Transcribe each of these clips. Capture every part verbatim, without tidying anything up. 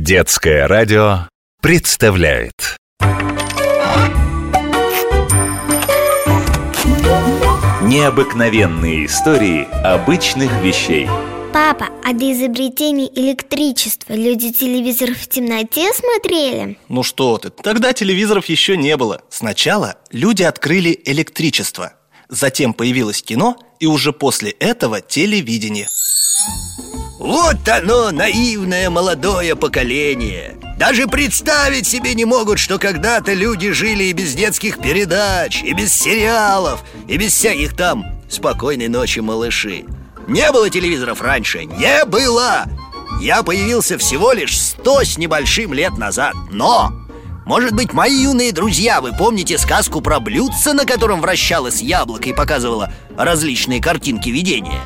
Детское радио представляет необыкновенные истории обычных вещей. Папа, а до изобретения электричества люди телевизор в темноте смотрели? Ну что ты, тогда телевизоров еще не было. Сначала люди открыли электричество, затем появилось кино, и уже после этого телевидение. Вот оно, наивное молодое поколение. Даже представить себе не могут, что когда-то люди жили и без детских передач, и без сериалов, и без всяких там «Спокойной ночи, малыши». Не было телевизоров раньше, не было! Я появился всего лишь сто с небольшим лет назад. Но, может быть, мои юные друзья, вы помните сказку про блюдце, на котором вращалось яблоко и показывало различные картинки видения?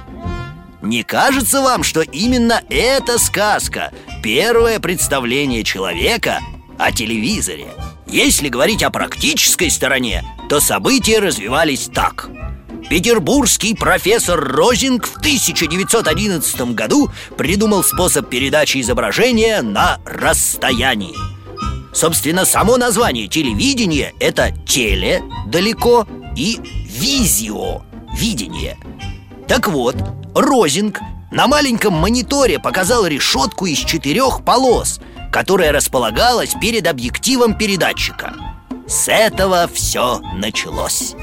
Не кажется вам, что именно эта сказка – первое представление человека о телевизоре? Если говорить о практической стороне, то события развивались так. Петербургский профессор Розинг в тысяча девятьсот одиннадцатом году придумал способ передачи изображения на расстоянии. Собственно, само название телевидения – это «теле» – далеко и «визио» – видение. Так вот, Розинг на маленьком мониторе показал решетку из четырех полос, которая располагалась перед объективом передатчика. С этого все началось.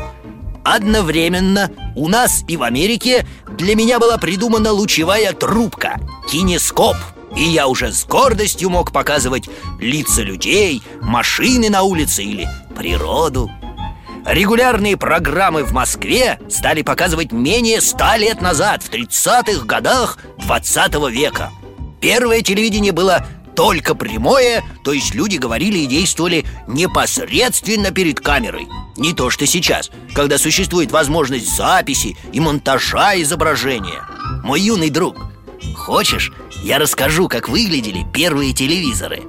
Одновременно у нас и в Америке для меня была придумана лучевая трубка – кинескоп. И я уже с гордостью мог показывать лица людей, машины на улице или природу. Регулярные программы в Москве стали показывать менее ста лет назад, в тридцатых годах двадцатого века. Первое телевидение было только прямое, то есть люди говорили и действовали непосредственно перед камерой. Не то что сейчас, когда существует возможность записи и монтажа изображения. Мой юный друг, хочешь, я расскажу, как выглядели первые телевизоры?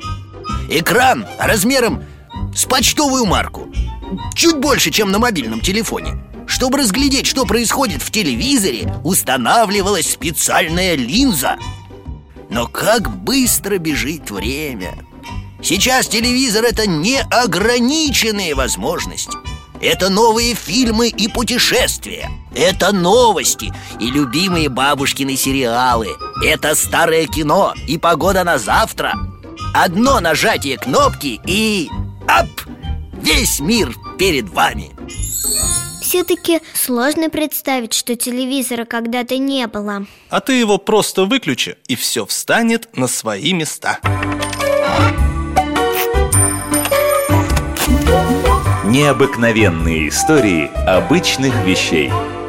Экран размером с почтовую марку, чуть больше, чем на мобильном телефоне. Чтобы разглядеть, что происходит в телевизоре, устанавливалась специальная линза. Но как быстро бежит время! Сейчас телевизор – это неограниченные возможности. Это новые фильмы и путешествия. Это новости и любимые бабушкины сериалы. Это старое кино и погода на завтра. Одно нажатие кнопки и... ап! Весь мир перед вами. Все-таки сложно представить, что телевизора когда-то не было. А ты его просто выключи, и все встанет на свои места. Необыкновенные истории обычных вещей.